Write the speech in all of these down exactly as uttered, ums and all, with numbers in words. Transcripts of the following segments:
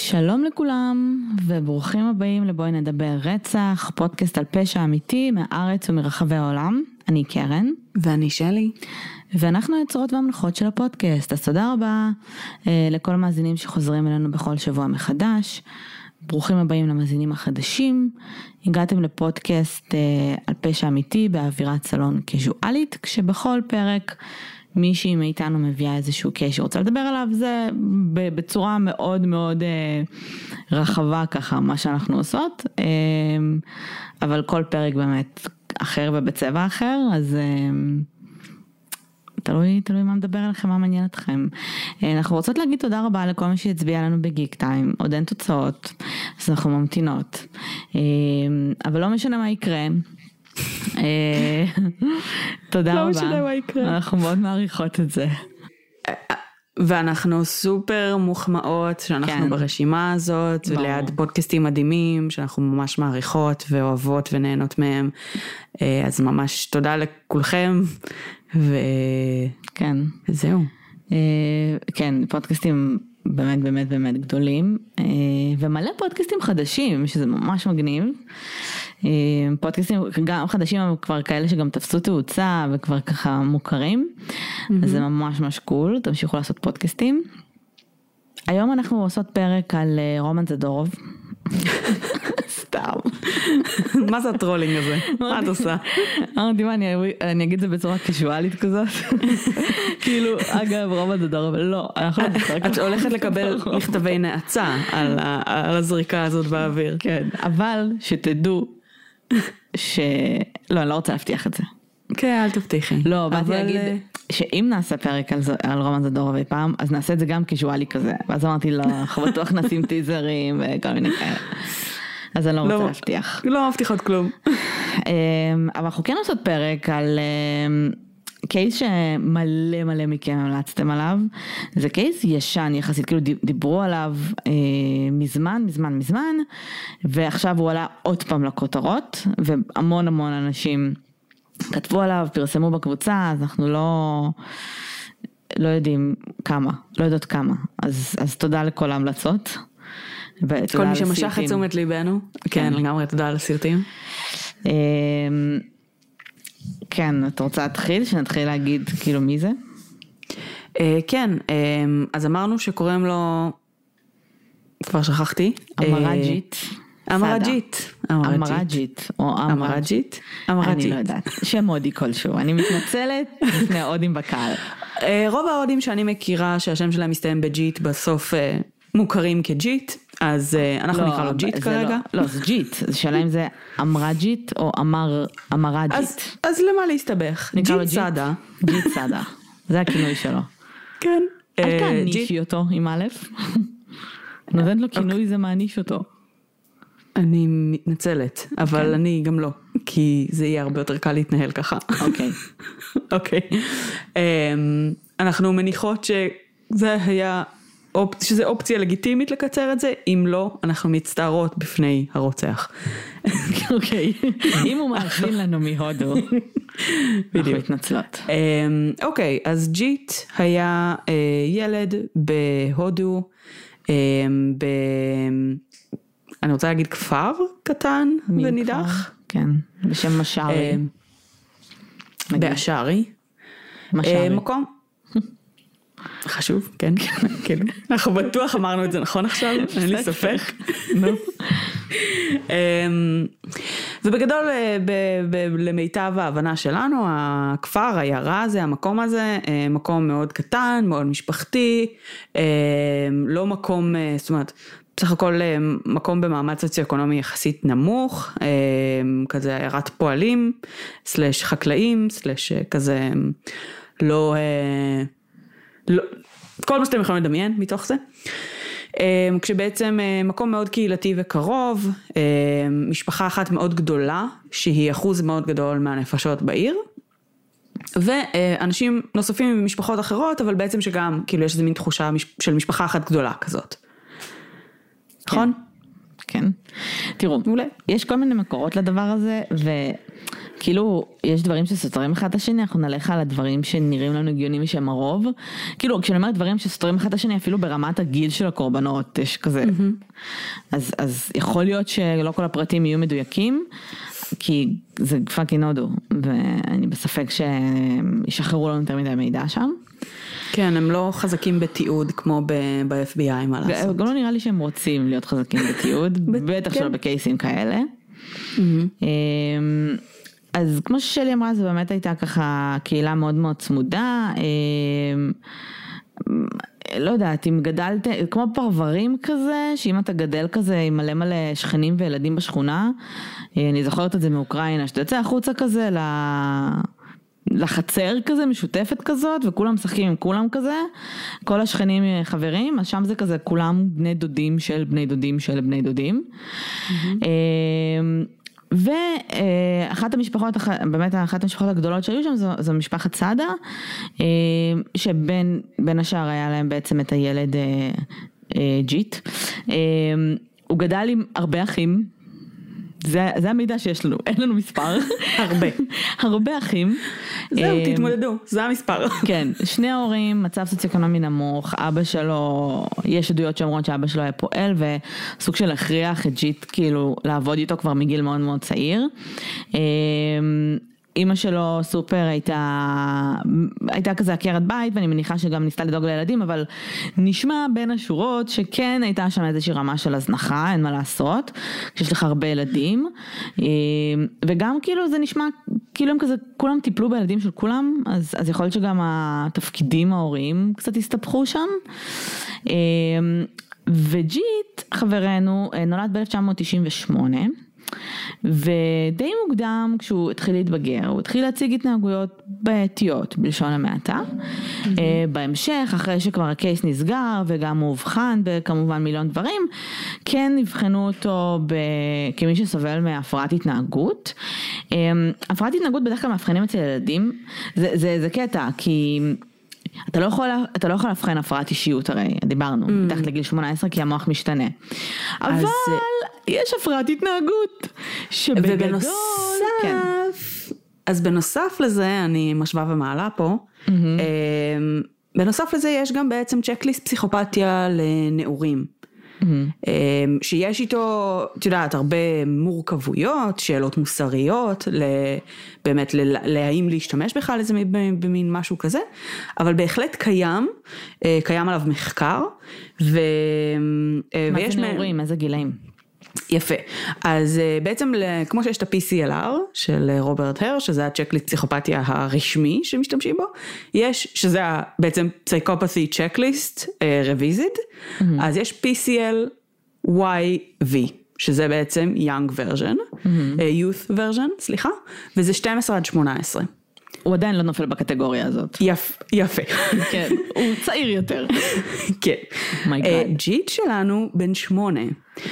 שלום לכולם וברוכים הבאים לבואי נדבר רצח, פודקאסט על פשע אמיתי מהארץ ומרחבי העולם. אני קרן. ואני שלי. ואנחנו היוצרות והמנחות של הפודקאסט. אז תודה רבה אה, לכל המאזינים שחוזרים אלינו בכל שבוע מחדש. ברוכים הבאים למאזינים החדשים. הגעתם לפודקאסט אה, על פשע אמיתי באווירת סלון קזואלית, כשבכל פרק מישהי מאיתנו מביאה איזשהו קייס שרוצה לדבר עליו. זה בצורה מאוד מאוד אה, רחבה ככה מה שאנחנו עושות, אה, אבל כל פרק באמת אחר ובצבע אחר, אז אה, תלוי, תלוי מה מדבר עליכם, מה מעניין אתכם. אה, אנחנו רוצות להגיד תודה רבה לכל מי שהצביע לנו בגיק טיים, עוד אין תוצאות, אז אנחנו ממתינות, אה, אבל לא משנה מה יקרה. תודה רבה. לא משנה מה יקרה. אנחנו מאוד מעריכות את זה. ואנחנו סופר מוחמאות שאנחנו ברשימה הזאת, וליד פודקאסטים מדהימים שאנחנו ממש מעריכות ואוהבות ונהנות מהם. אז ממש תודה לכולכם. כן. וזהו. כן, פודקאסטים באמת באמת באמת גדולים, ומלא פודקאסטים חדשים, שזה ממש מגניב. פודקאסטים גם חדשים, אבל כבר כאלה שגם תפסו תאוצה וכבר ככה מוכרים, אז זה ממש ממש קול. תמשיכו לעשות פודקאסטים. היום אנחנו עושות פרק על רומן זדורוב. סתם. מה זה הטרולינג הזה? מה את עושה? אמרתי מה, אני אגיד זה בצורה קזואלית כזאת. כאילו, אגב, רומן זדורוב, לא. את הולכת לקבל מכתבי נאצה על הזריקה הזאת באוויר. כן, אבל שתדעו ש... לא, אני לא רוצה להבטיח את זה. כן, אל תבטיחי. לא, באתי להגיד שאם נעשה פרק על, על רומן זדורוב אי פעם, אז נעשה את זה גם קזואלי כזה. ואז אמרתי לו, בטוח נשים טיזרים וכל מיני כאלה. אז אני לא רוצה להבטיח. לא מבטיחות כלום. אבל אנחנו כן עושות פרק על קייס שמלא מלא מכם המלצתם עליו. זה קייס ישן יחסית, כאילו דיברו עליו מזמן, מזמן, מזמן, ועכשיו הוא עלה עוד פעם לכותרות, והמון המון אנשים כתבו עליו, פרסמו בקבוצה, אז אנחנו לא, לא יודעים כמה, לא יודעות כמה. אז, אז תודה לכל ההמלצות. כל מי שמשך את תשומת ליבנו. כן, לגמרי, תודה על הסרטים. כן, את רוצה להתחיל? שנתחיל להגיד כאילו מי זה? כן, אז אמרנו שקוראים לו, כבר שכחתי. אמרג'ית. אמרג'ית. אמרג'ית. או אמרג'ית. אני לא יודעת. שם הודי כלשהו. אני מתנצלת לפני הודים בקהל. רוב ההודים שאני מכירה שהשם שלהם מסתיים בג'ית בסוף מוכרים כג'ית, אז אנחנו נקרא לו ג'ית כרגע. לא, זה ג'ית. זה שאלה אם זה אמרג'ית או אמרג'ית. אז למה להסתבך? ג'ית סאדה. ג'ית סאדה. זה הכינוי שלו. כן. אל תענישי אותו עם א'. נותנת לו כינוי, זה מעניש אותו. אני מתנצלת, אבל אני גם לא, כי זה יהיה הרבה יותר קל להתנהל ככה. אוקיי. אוקיי. אנחנו מניחות שזה היה, שזה אופציה לגיטימית לקצר את זה, אם לא, אנחנו מצטערות בפני הרוצח. אוקיי. אם הוא מאזין לנו מהודו, אנחנו מתנצלות. אוקיי, אז ג'ית היה ילד בהודו, ב... אני רוצה להגיד כפר קטן ונידח. כן, בשם משארי. באשרי. משארי. מקום. חשוב, כן. אנחנו בטוח אמרנו את זה נכון עכשיו, אין לי ספק. ובגדול, למיטב ההבנה שלנו, הכפר, העיירה הזה, המקום הזה, מקום מאוד קטן, מאוד משפחתי, לא מקום, זאת אומרת, בסך הכל מקום במעמד סוציו-אקונומי יחסית נמוך, כזה עיירת פועלים, סלש חקלאים, סלש כזה לא, לא, כל מה שאתם יכולים לדמיין מתוך זה. כשבעצם מקום מאוד קהילתי וקרוב, משפחה אחת מאוד גדולה, שהיא אחוז מאוד גדול מהנפשות בעיר, ואנשים נוספים ממשפחות אחרות, אבל בעצם שגם, כאילו יש איזו מין תחושה של משפחה אחת גדולה כזאת. נכון? כן. תראו, יש כל מיני מקורות לדבר הזה, כאילו, יש דברים שסותרים אחד את השני, אנחנו נלך על הדברים שנראים לנו הגיונים שהם הרוב. כאילו, כשאני אומרת דברים שסותרים אחד את השני, אפילו ברמת הגיל של הקורבנות, יש כזה. אז, אז יכול להיות שלא כל הפרטים יהיו מדויקים, כי זה פאקינג הודו, ואני בספק שישחררו לנו יותר מדי מידע שם. כן, הם לא חזקים בתיעוד כמו ב-אף בי איי, מה לעשות. גם לא נראה לי שהם רוצים להיות חזקים בתיעוד, בטח שלא בקייסים כאלה. אז כמו ששלי אמרה, זה באמת הייתה ככה קהילה מאוד מאוד צמודה, לא יודעת, אם גדלת, כמו פרברים כזה, שאם אתה גדל כזה עם מלא מלא שכנים וילדים בשכונה, אני זוכרת את זה מאוקראינה, שאתה יוצא החוצה כזה לחצר כזה, משותפת כזאת, וכולם משחקים עם כולם כזה, כל השכנים חברים, אז שם זה כזה כולם בני דודים של בני דודים של בני דודים. ואחת המשפחות, באמת אחת המשפחות הגדולות שהיו שם, זו, זו משפחת סעדה, שבין בין השאר היה להם בעצם את הילד ג'יט. הוא גדל עם הרבה אחים, זה, זה המידע שיש לנו, אין לנו מספר. הרבה. הרבה אחים. זהו, תתמודדו, זה המספר. כן, שני ההורים, מצב סוציו-אקונומי נמוך, אבא שלו, יש עדויות שאומרות שאבא שלו היה פועל, וסוג של הכריח את ג'יט, כאילו, לעבוד איתו כבר מגיל מאוד מאוד צעיר. אמא שלו סופר הייתה, הייתה כזה עקרת בית, ואני מניחה שגם ניסתה לדאוג לילדים, אבל נשמע בין השורות שכן הייתה שם איזושהי רמה של הזנחה, אין מה לעשות, כשיש לך הרבה ילדים, וגם כאילו זה נשמע, כאילו הם כזה, כולם טיפלו בילדים של כולם, אז, אז יכול להיות שגם התפקידים ההוריים קצת הסתבכו שם, וג'יט, חברנו, נולד ב-אלף תשע מאות תשעים ושמונה, ודי מוקדם כשהוא התחיל להתבגר, הוא התחיל להציג התנהגויות בעייתיות בלשון המעטה. בהמשך, אחרי שכבר הקייס נסגר וגם הוא הובחן בכמובן מיליון דברים, כן נבחנו אותו כמי שסובל מהפרעת התנהגות. הפרעת התנהגות בדרך כלל מאבחנים אצל ילדים, זה, זה, זה קטע, כי אתה לא יכול, אתה לא יכול להבחן הפרעת אישיות, הרי דיברנו, מתחת לגיל שמונה עשרה, כי המוח משתנה. אבל יש הפרעת התנהגות, שבגדול, ובנוסף, כן. אז בנוסף לזה, אני משווה ומעלה פה, בנוסף לזה יש גם בעצם צ'קליסט פסיכופתיה לנעורים. שיש איתו, את יודעת, הרבה מורכבויות, שאלות מוסריות, באמת להאם להשתמש בכלל איזה במין משהו כזה, אבל בהחלט קיים, קיים עליו מחקר, ו... מה זה נעורים? איזה גילאים? יפה, אז בעצם כמו שיש את ה-פי סי אל אר של רוברט הר, שזה הצ'קליסט פסיכופתיה הרשמי שמשתמשים בו, יש, שזה בעצם פסיכופתי צ'קליסט רוויזיד, אז יש פי סי אל וואי וי, שזה בעצם young version, youth version, סליחה, וזה שתים עשרה עד שמונה עשרה. הוא עדיין לא נופל בקטגוריה הזאת. יפ, יפה. כן, הוא צעיר יותר. כן. ג'יט שלנו בן שמונה.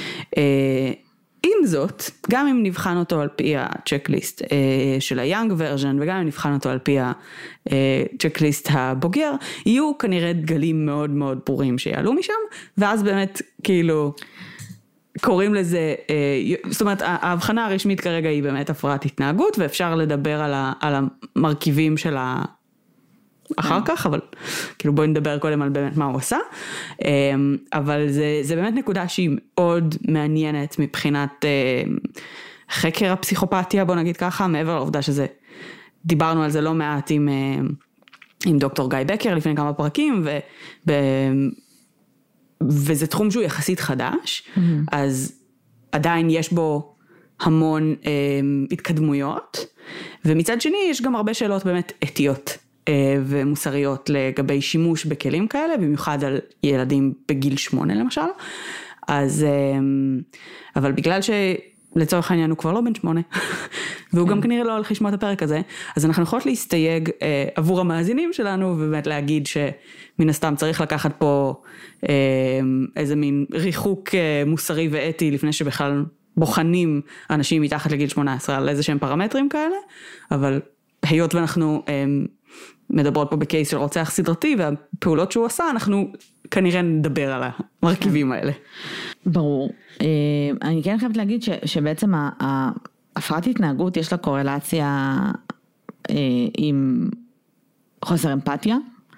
עם זאת, גם אם נבחן אותו על פי הצ'קליסט של ה-young version, וגם אם נבחן אותו על פי הצ'קליסט הבוגר, יהיו כנראה דגלים מאוד מאוד ברורים שיעלו משם, ואז באמת כאילו קוראים לזה, זאת אומרת, ההבחנה הרשמית כרגע היא באמת הפרעת התנהגות, ואפשר לדבר על, ה, על המרכיבים של ה... אחר כך, אבל כאילו בואי נדבר קודם על באמת מה הוא עשה, אבל זה, זה באמת נקודה שהיא מאוד מעניינת מבחינת חקר הפסיכופתיה, בוא נגיד ככה, מעבר לעובדה שזה, דיברנו על זה לא מעט עם, עם דוקטור גיא בקר לפני כמה פרקים, וב... וזה תחום שהוא יחסית חדש, mm-hmm. אז עדיין יש בו המון אה, התקדמויות, ומצד שני יש גם הרבה שאלות באמת אתיות אה, ומוסריות לגבי שימוש בכלים כאלה, במיוחד על ילדים בגיל שמונה למשל, אז, אה, אבל בגלל שלצורך העניין הוא כבר לא בן שמונה, והוא כן. גם כנראה לא הולך לשמוע את הפרק הזה, אז אנחנו יכולות להסתייג אה, עבור המאזינים שלנו, ובאמת להגיד שמן הסתם צריך לקחת פה אה, איזה מין ריחוק אה, מוסרי ואתי, לפני שבכלל בוחנים אנשים מתחת לגיל שמונה עשרה על איזה שהם פרמטרים כאלה, אבל היות ואנחנו אה, מדברות פה בקייס של רוצח סדרתי, והפעולות שהוא עשה, אנחנו כנראה נדבר על המרכיבים האלה. ברור. אה, אני כן חייבת להגיד ש, שבעצם ה... ה... הפרעת התנהגות יש לה קורלציה אה, עם חוסר אמפתיה,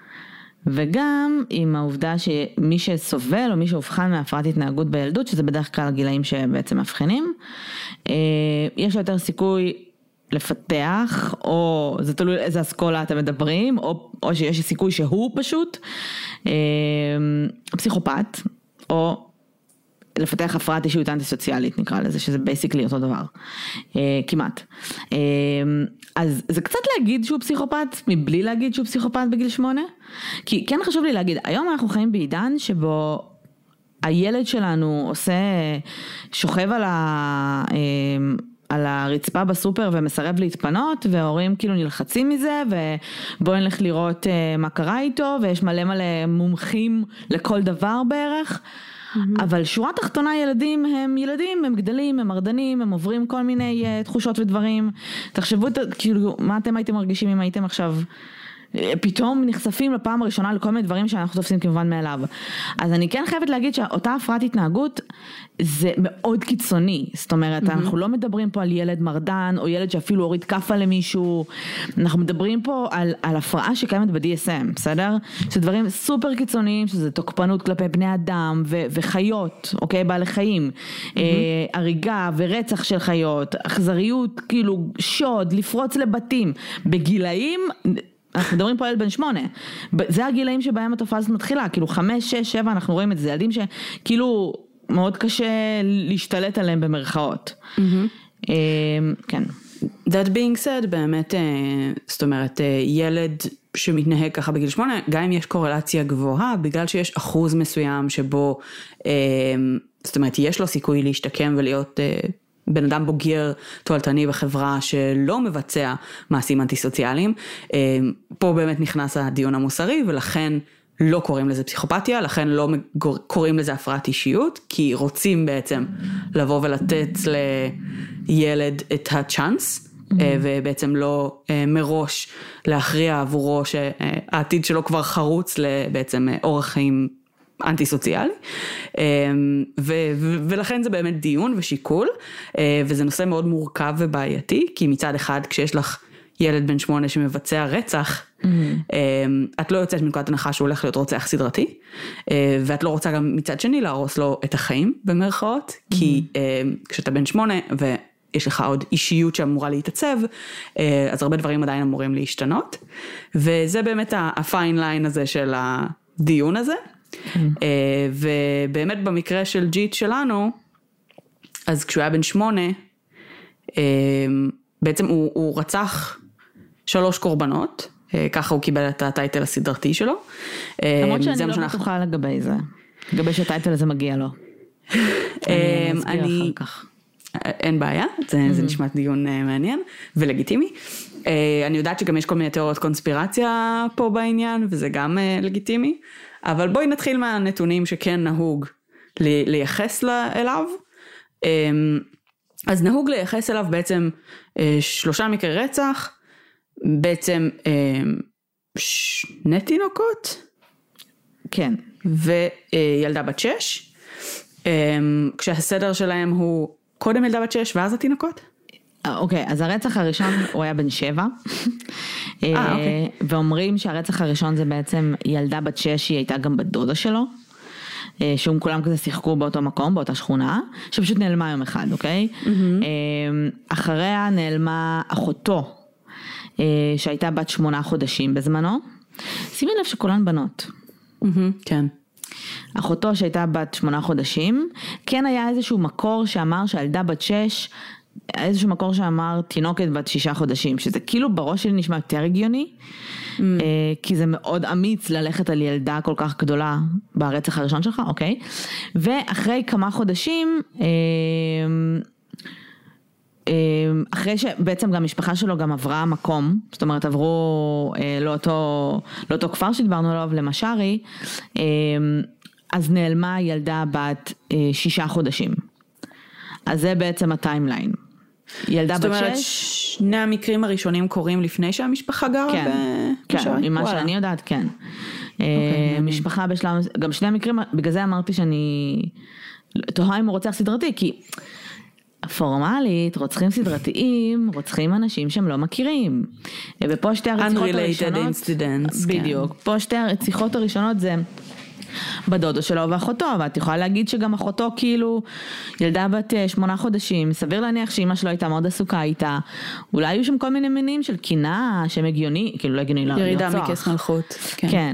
וגם עם העובדה שמי שסובל או מי שהובחן מהפרעת התנהגות בילדות, שזה בדרך כלל הגילאים שבעצם מבחינים, אה, יש יותר סיכוי לפתח, או זה תלוי איזה אסכולה אתם מדברים, או, או שיש סיכוי שהוא פשוט אה, פסיכופת, או לפתח הפרעת אישיות אנטי-סוציאלית, נקרא לזה, שזה בייסיקלי אותו דבר, אה, כמעט. אה, אז זה קצת להגיד שהוא פסיכופת, מבלי להגיד שהוא פסיכופת בגיל שמונה, כי כן חשוב לי להגיד, היום אנחנו חיים בעידן שבו הילד שלנו עושה, שוכב על ה... אה, על הרצפה בסופר ומסרב להתפנות, וההורים כאילו נלחצים מזה, ובואו נלך לראות מה קרה איתו, ויש מלא מלא מומחים לכל דבר בערך, mm-hmm. אבל שורה תחתונה ילדים הם ילדים, הם גדלים, הם מרדנים, הם עוברים כל מיני uh, תחושות ודברים, תחשבו כאילו מה אתם הייתם מרגישים אם הייתם עכשיו פתאום נחשפים לפעם הראשונה לכל מיני דברים שאנחנו תופסים כמובן מאליו. אז אני כן חייבת להגיד שאותה הפרעת התנהגות זה מאוד קיצוני, זאת אומרת mm-hmm. אנחנו לא מדברים פה על ילד מרדן או ילד שאפילו הוריד כפה למישהו, אנחנו מדברים פה על, על הפרעה שקיימת ב-די אס אם, בסדר? שזה דברים סופר קיצוניים, שזה תוקפנות כלפי בני אדם ו- וחיות, אוקיי? בעלי חיים, mm-hmm. אה, הריגה ורצח של חיות, אכזריות, כאילו שוד, לפרוץ לבתים, בגילאים אנחנו מדברים פה על בן שמונה, זה הגילאים שבהם התופעה הזאת מתחילה, כאילו חמש, שש, שבע, אנחנו רואים את זה, ילדים שכאילו מאוד קשה להשתלט עליהם במרכאות. כן. That being said, באמת, זאת אומרת, ילד שמתנהג ככה בגיל שמונה, גם אם יש קורלציה גבוהה, בגלל שיש אחוז מסוים שבו, זאת אומרת, יש לו סיכוי להשתקם ולהיות בן אדם בוגר תועלתני בחברה שלא מבצע מעשים אנטי-סוציאליים, פה באמת נכנס הדיון המוסרי, ולכן לא קוראים לזה פסיכופתיה, לכן לא קוראים לזה הפרעת אישיות, כי רוצים בעצם לבוא ולתת לילד את הצ'אנס, ובעצם לא מראש להכריע עבורו שהעתיד שלו כבר חרוץ לבעצם אורח חיים אנטי-סוציאלי, ולכן זה באמת דיון ושיקול, וזה נושא מאוד מורכב ובעייתי, כי מצד אחד כשיש לך ילד בן שמונה שמבצע רצח, את לא יוצאת מנקודת הנחה שהוא הולך להיות רוצח סדרתי, ואת לא רוצה גם מצד שני להרוס לו את החיים במרכאות, כי כשאתה בן שמונה ויש לך עוד אישיות שאמורה להתעצב, אז הרבה דברים עדיין אמורים להשתנות, וזה באמת הפיין ליין הזה של הדיון הזה, ובאמת במקרה של ג'יט שלנו, אז כשהוא היה בן שמונה, בעצם הוא, הוא רצח שלוש קורבנות, ככה הוא קיבל את הטייטל הסדרתי שלו. למרות שאני לא בטוחה לגבי זה, לגבי שהטייטל הזה מגיע לו. אני אסביר אחר כך. אין בעיה, זה, זה נשמע דיון מעניין ולגיטימי. אני יודעת שגם יש כל מיני תיאוריות קונספירציה פה בעניין, וזה גם לגיטימי. אבל בואי נתחיל מהנתונים שכן נהוג לייחס אליו. אז נהוג לייחס אליו בעצם שלושה מקרי רצח, בעצם שני תינוקות, כן, וילדה בת שש, כשהסדר שלהם הוא קודם ילדה בת שש ואז התינוקות. אוקיי, אז הרצח הראשון הוא היה בן שבע, ואומרים שהרצח הראשון זה בעצם ילדה בת שש, היא הייתה גם בת דודה שלו, שהם כולם כזה שיחקו באותו מקום, באותה שכונה, שפשוט נעלמה יום אחד, אוקיי? אחריה נעלמה אחותו, שהייתה בת שמונה חודשים בזמנו, שימי לב שכולן בנות. כן. אחותו שהייתה בת שמונה חודשים, כן היה איזשהו מקור שאמר שהילדה בת שש, איזשהו מקור שאמר תינוקת בת שישה חודשים, שזה כאילו בראש שלי נשמע יותר הגיוני, mm. כי זה מאוד אמיץ ללכת על ילדה כל כך גדולה ברצח הראשון שלך, אוקיי? ואחרי כמה חודשים, אחרי שבעצם גם המשפחה שלו גם עברה מקום, זאת אומרת עברו לאותו, לאותו כפר שדיברנו עליו, למשארי, אז נעלמה ילדה בת שישה חודשים. אז זה בעצם הטיימליין. ילדה בת שש. זאת אומרת, שני המקרים הראשונים קורים לפני שהמשפחה גרה במשארי? כן, ממה שאני יודעת, כן. משפחה בשלב, גם שני המקרים, בגלל זה אמרתי שאני תוהה אם הוא רוצח סדרתי, כי פורמלית, רוצחים סדרתיים, רוצחים אנשים שהם לא מכירים. ופה שתי הרציחות הראשונות, incidents, בדיוק, כן. פה שתי הרציחות הראשונות זה בדודו שלו ואחותו, ואת יכולה להגיד שגם אחותו כאילו ילדה בת שמונה חודשים, סביר להניח שאמא שלו הייתה מאוד עסוקה איתה, אולי היו שם כל מיני מינים של קינה שהם הגיוני, כאילו לא הגיוני לרצוח. ירידה מכס מלכות. כן. כן.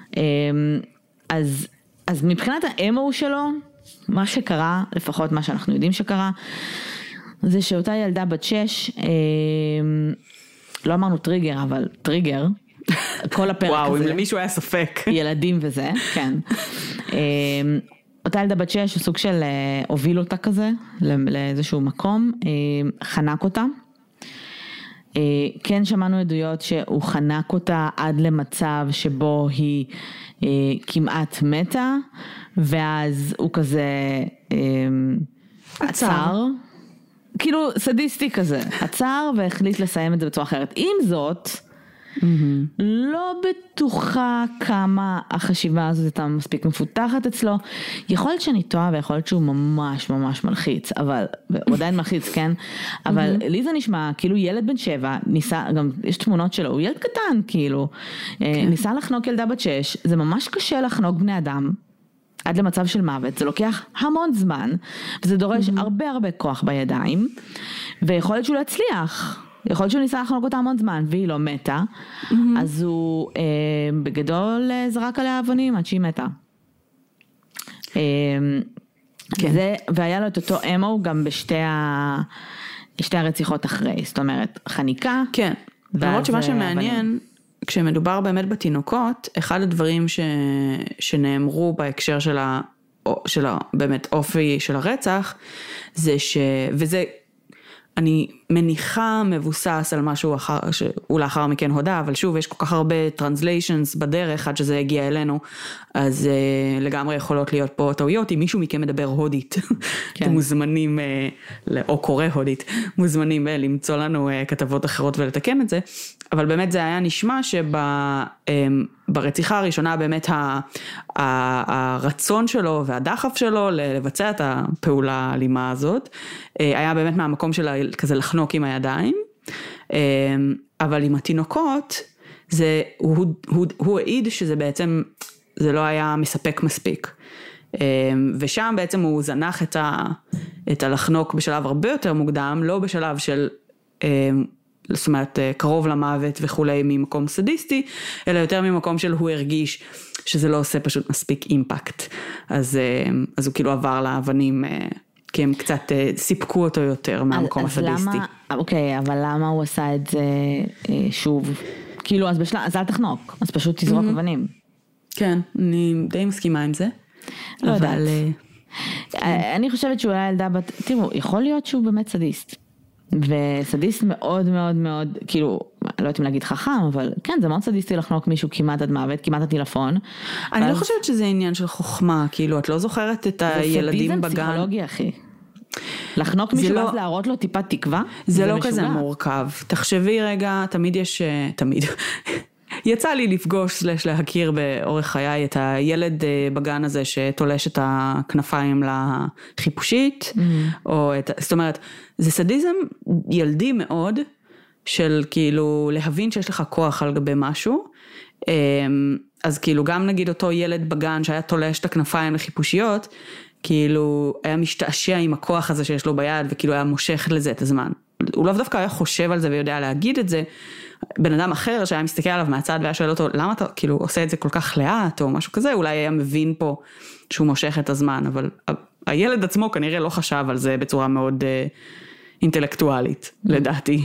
אז, אז מבחינת האמו שלו, מה שקרה, לפחות מה שאנחנו יודעים שקרה, זה שאותה ילדה בת שש, לא אמרנו טריגר, אבל טריגר, כל הפרק וואו, הזה. אם למישהו היה ספק. ילדים וזה, כן. אותה ילדה בת שש, סוג של הוביל אותה כזה, לאיזשהו מקום, חנק אותה. כן שמענו עדויות שהוא חנק אותה עד למצב שבו היא כמעט מתה, ואז הוא כזה עצר, כאילו סדיסטי כזה, עצר והחליט לסיים את זה בצורה אחרת. עם זאת, לא בטוחה כמה החשיבה הזאת הייתה מספיק מפותחת אצלו, יכול להיות שאני טועה ויכול להיות שהוא ממש ממש מלחיץ, אבל, הוא עדיין מלחיץ, כן? אבל לי זה נשמע, כאילו ילד בן שבע, ניסה, גם יש תמונות שלו, הוא ילד קטן, כאילו, ניסה לחנוק ילדה בת שש, זה ממש קשה לחנוק בני אדם, עד למצב של מוות, זה לוקח המון זמן, וזה דורש הרבה הרבה כוח בידיים, ויכול להיות שהוא לא הצליח, יכול להיות שהוא ניסה לחנוק אותה המון זמן, והיא לא מתה, mm-hmm. אז הוא אה, בגדול אה, זרק עליה אבנים עד שהיא מתה. אה, כן. זה, והיה לו את אותו אמו גם בשתי ה, שתי הרציחות אחרי, זאת אומרת, חניקה. כן, למרות שמה שמעניין, כשמדובר באמת בתינוקות, אחד הדברים ש, שנאמרו בהקשר של ה, של ה, באמת אופי של הרצח, זה ש, וזה, אני מניחה מבוסס על משהו אחר, שהוא לאחר מכן הודע, אבל שוב, יש כל כך הרבה translations בדרך, עד שזה הגיע אלינו, אז uh, לגמרי יכולות להיות פה טעויות, אם מישהו מכם מדבר הודית, כן. אתם מוזמנים, uh, או קורא הודית, מוזמנים uh, למצוא לנו uh, כתבות אחרות ולתקן את זה, אבל באמת זה היה נשמע שברציחה הראשונה באמת ה, ה, הרצון שלו והדחף שלו לבצע את הפעולה האלימה הזאת, היה באמת מהמקום של כזה לחנוק עם הידיים, אבל עם התינוקות, זה, הוא, הוא, הוא העיד שזה בעצם, זה לא היה מספק מספיק. ושם בעצם הוא זנח את, ה, את הלחנוק בשלב הרבה יותר מוקדם, לא בשלב של, זאת אומרת, קרוב למוות וכולי ממקום סדיסטי, אלא יותר ממקום של הוא הרגיש שזה לא עושה פשוט מספיק אימפקט. אז, אז הוא כאילו עבר לאבנים, כי הם קצת סיפקו אותו יותר מהמקום אז, הסדיסטי. אז למה, אוקיי, אבל למה הוא עשה את זה שוב? כאילו, אז בשלב, אז אל תחנוק, אז פשוט תזרוק mm-hmm. אבנים. כן, אני די מסכימה עם זה. לא אבל... יודעת. אני חושבת שהוא היה ילדה בת, תראו, יכול להיות שהוא באמת סדיסט. וסדיסט מאוד מאוד מאוד, כאילו, לא יודעת אם להגיד חכם, אבל כן, זה מאוד סדיסטי לחנוק מישהו כמעט עד מוות, כמעט הטלפון. אני לא חושבת שזה עניין של חוכמה, כאילו, את לא זוכרת את הילדים בגן. זה סדיזם פסיכולוגי, אחי. לחנוק מישהו ואז להראות לו טיפת תקווה. זה לא כזה מורכב. תחשבי רגע, תמיד יש, תמיד. יצא לי לפגוש סלש להכיר באורך חיי את הילד בגן הזה שתולש את הכנפיים לחיפושית, או את, זאת אומרת, זה סדיזם ילדי מאוד, של כאילו להבין שיש לך כוח על גבי משהו, אז כאילו גם נגיד אותו ילד בגן שהיה תולש את הכנפיים לחיפושיות, כאילו היה משתעשע עם הכוח הזה שיש לו ביד, וכאילו היה מושך לזה את הזמן. הוא לא דווקא היה חושב על זה ויודע להגיד את זה, בן אדם אחר שהיה מסתכל עליו מהצד והיה שואל אותו, למה אתה כאילו עושה את זה כל כך לאט או משהו כזה, אולי היה מבין פה שהוא מושך את הזמן, אבל הילד עצמו כנראה לא חשב על זה בצורה מאוד אינטלקטואלית, לדעתי.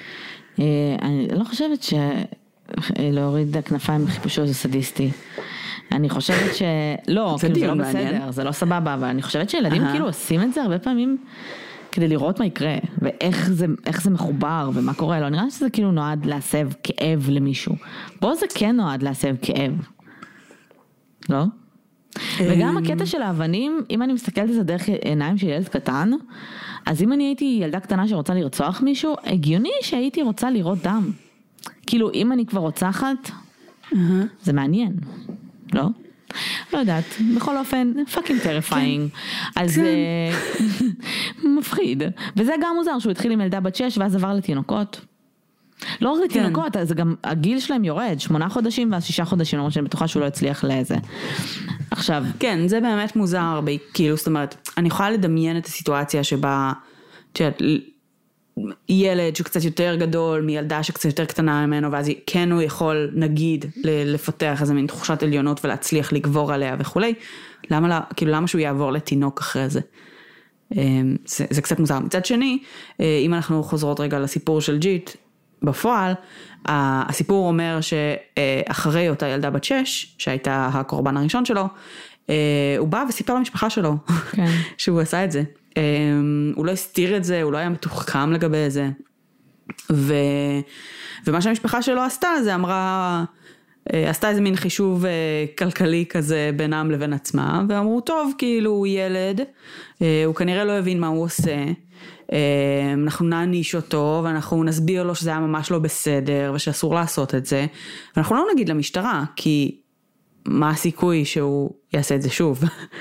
אני לא חושבת שלהוריד הכנפיים מחיפושו זה סדיסטי. אני חושבת שלא, כאילו זה לא בסדר, זה לא סבבה, אבל אני חושבת שילדים כאילו עושים את זה הרבה פעמים, כדי לראות מה יקרה, ואיך זה, איך זה מחובר, ומה קורה לו. נראה שזה כאילו נועד להסב כאב למישהו. פה זה כן נועד להסב כאב. לא? וגם הקטע של האבנים, אם אני מסתכלת על זה דרך עיניים של ילד קטן, אז אם אני הייתי ילדה קטנה שרוצה לרצוח מישהו, הגיוני שהייתי רוצה לראות דם. כאילו, אם אני כבר רוצחת, זה מעניין. לא? לא יודעת, בכל אופן, fucking terrifying. אז מפחיד. וזה גם מוזר שהוא התחיל עם ילדה בת שש, ואז עבר לתינוקות. לא רק לתינוקות, זה גם הגיל שלהם יורד, שמונה חודשים ואז שישה חודשים, למרות שאני בטוחה שהוא לא הצליח לזה. עכשיו... כן, זה באמת מוזר הרבה, כאילו, זאת אומרת, אני יכולה לדמיין את הסיטואציה שבה, תשעת, ילד שקצת יותר גדול מילדה שקצת יותר קטנה ממנו, ואז כן הוא יכול, נגיד, לפתח איזה מין תחושת עליונות ולהצליח לגבור עליה וכולי. למה, לה, כאילו, למה שהוא יעבור לתינוק אחרי זה? זה, זה קצת מוזר. מצד שני, אם אנחנו חוזרות רגע לסיפור של ג'יט, בפועל, הסיפור אומר שאחרי אותה ילדה בת שש, שהייתה הקורבן הראשון שלו, הוא בא וסיפר למשפחה שלו, כן. שהוא עשה את זה. הוא לא הסתיר את זה, הוא לא היה מתוחכם לגבי זה. ו... ומה שהמשפחה שלו עשתה, זה אמרה, עשתה איזה מין חישוב כלכלי כזה בינם לבין עצמה, ואמרו, טוב, כאילו הוא ילד, הוא כנראה לא הבין מה הוא עושה, אנחנו נעניש אותו, ואנחנו נסביר לו שזה היה ממש לא בסדר, ושאסור לעשות את זה, ואנחנו לא נגיד למשטרה, כי מה הסיכוי שהוא יעשה את זה שוב?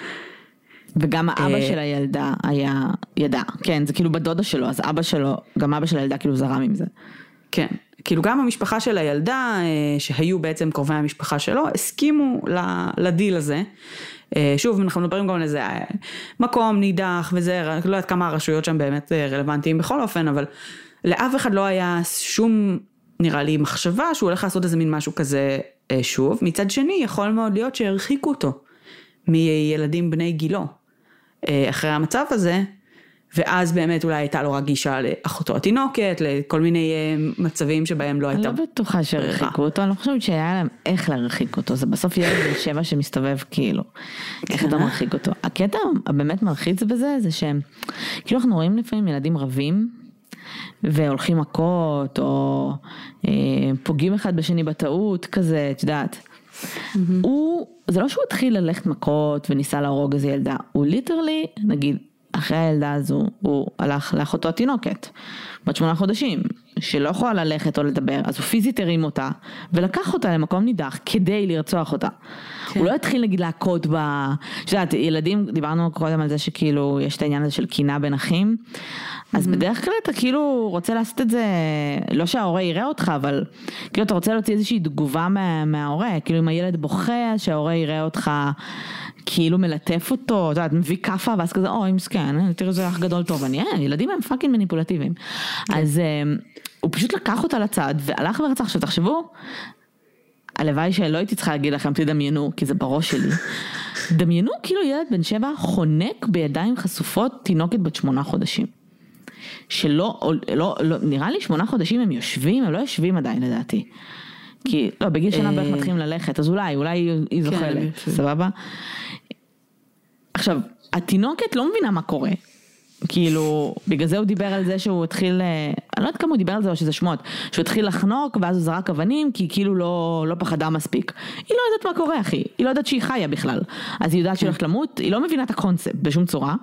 וגם האבא של הילדה היה, ידע, כן, זה כאילו בדודה שלו, אז אבא שלו, גם אבא של הילדה כאילו זרם עם זה. כן, כאילו גם המשפחה של הילדה, שהיו בעצם קרובי המשפחה שלו, הסכימו לדיל הזה. שוב, אנחנו מדברים גם על איזה מקום נידח וזה, לא יודעת כמה הרשויות שם באמת רלוונטיים בכל אופן, אבל לאף אחד לא היה שום, נראה לי, מחשבה שהוא הולך לעשות איזה מין משהו כזה שוב. מצד שני, יכול מאוד להיות שהרחיקו אותו מילדים בני גילו אחרי המצב הזה, ואז באמת אולי הייתה לו רגישה לאחותו התינוקת, לכל מיני מצבים שבהם לא הייתה... אני לא בטוחה שהרחיקו אותו, אני לא חושבת שהיה להם איך להרחיק אותו, זה בסוף ילד בן שבע שמסתובב כאילו, איך אתה מרחיק אותו. הקטע הבאמת מלחיץ בזה, זה שהם, כאילו אנחנו רואים לפעמים ילדים רבים, והולכים מכות, או אה, פוגעים אחד בשני בטעות, כזה, את יודעת. Mm-hmm. הוא, זה לא שהוא התחיל ללכת מכות וניסה להרוג איזה ילדה, הוא ליטרלי, נגיד, אחרי הילדה הזו, הוא הלך לאחותו התינוקת, בת שמונה חודשים, שלא יכולה ללכת או לדבר, אז הוא פיזית הרים אותה, ולקח אותה למקום נידח, כדי לרצוח אותה. כן. הוא לא התחיל נגיד להכות ב... שדעת, ילדים, דיברנו קודם על זה שכאילו, יש את העניין הזה של קינה בין אחים, אז mm-hmm. בדרך כלל אתה כאילו רוצה לעשות את זה, לא שההורה יראה אותך, אבל כאילו אתה רוצה להוציא איזושהי תגובה מה, מההורה, כאילו אם הילד בוכה, שההורה יראה אותך, כאילו מלטף אותו, אתה יודעת, מביא קפה, ואז כזה, אוי, מסכן, תראו, זה אח גדול טוב, אני, ילדים הם פאקינג מניפולטיביים. אז הוא פשוט לקח אותה לצד, והלך ורצח. עכשיו, תחשבו, הלוואי שלא הייתי צריכה להגיד לכם, תדמיינו, כי זה בראש שלי. דמיינו, כאילו ילד בן שבע חונק בידיים חשופות תינוקת בת שמונה חודשים. שלא, לא, לא, נראה לי שמונה חודשים הם יושבים, הם לא יושבים עדיין לדעתי. כי, לא, בגיל שנה בערך מתחילים ללכת, אז אולי, אולי היא זוכלת, סבבה? עכשיו, התינוקת לא מבינה מה קורה. כאילו, בגלל זה הוא דיבר על זה שהוא התחיל, אני לא יודעת כמה הוא דיבר על זה או שזה שמות, שהוא התחיל לחנוק ואז הוא זרק אבנים, כי כאילו לא, לא פחדה מספיק. היא לא יודעת מה קורה, אחי. היא לא יודעת שהיא חיה בכלל. אז היא יודעת שהיא הולכת למות, היא לא מבינה את הקונספט בשום צורה.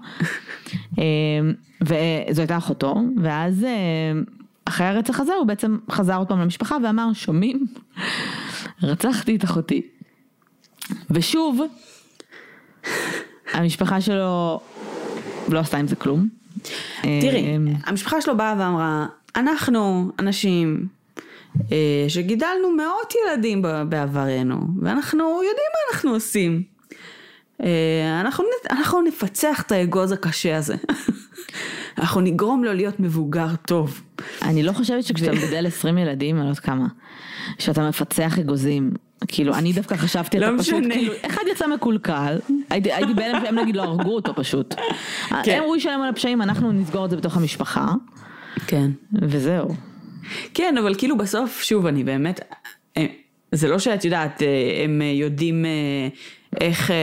וזו הייתה אחותו, ואז אחרי הרצח הזה הוא בעצם חזר עוד פעם למשפחה ואמר, שומעים, רצחתי את אחותי. ושוב, המשפחה שלו לא עשתה עם זה כלום. תראי, המשפחה שלו באה ואמרה, אנחנו אנשים שגידלנו מאות ילדים בעברנו, ואנחנו יודעים מה אנחנו עושים. אנחנו, אנחנו נפצח את האגוז הקשה הזה. אנחנו נגרום לו להיות מבוגר טוב. אני לא חושבת שכשאתה מגדל עשרים ילדים, אני לא יודעת כמה, שאתה מפצח אגוזים, כאילו, אני דווקא חשבתי את הפשוט, כאילו, אחד יצא מקולקל, הייתי בהלם שהם נגיד לא הרגו אותו פשוט. הם הוא ישלם על הפשעים, אנחנו נסגור את זה בתוך המשפחה. כן. וזהו. כן, אבל כאילו בסוף, שוב, אני באמת, זה לא שאת יודעת, הם יודעים איך,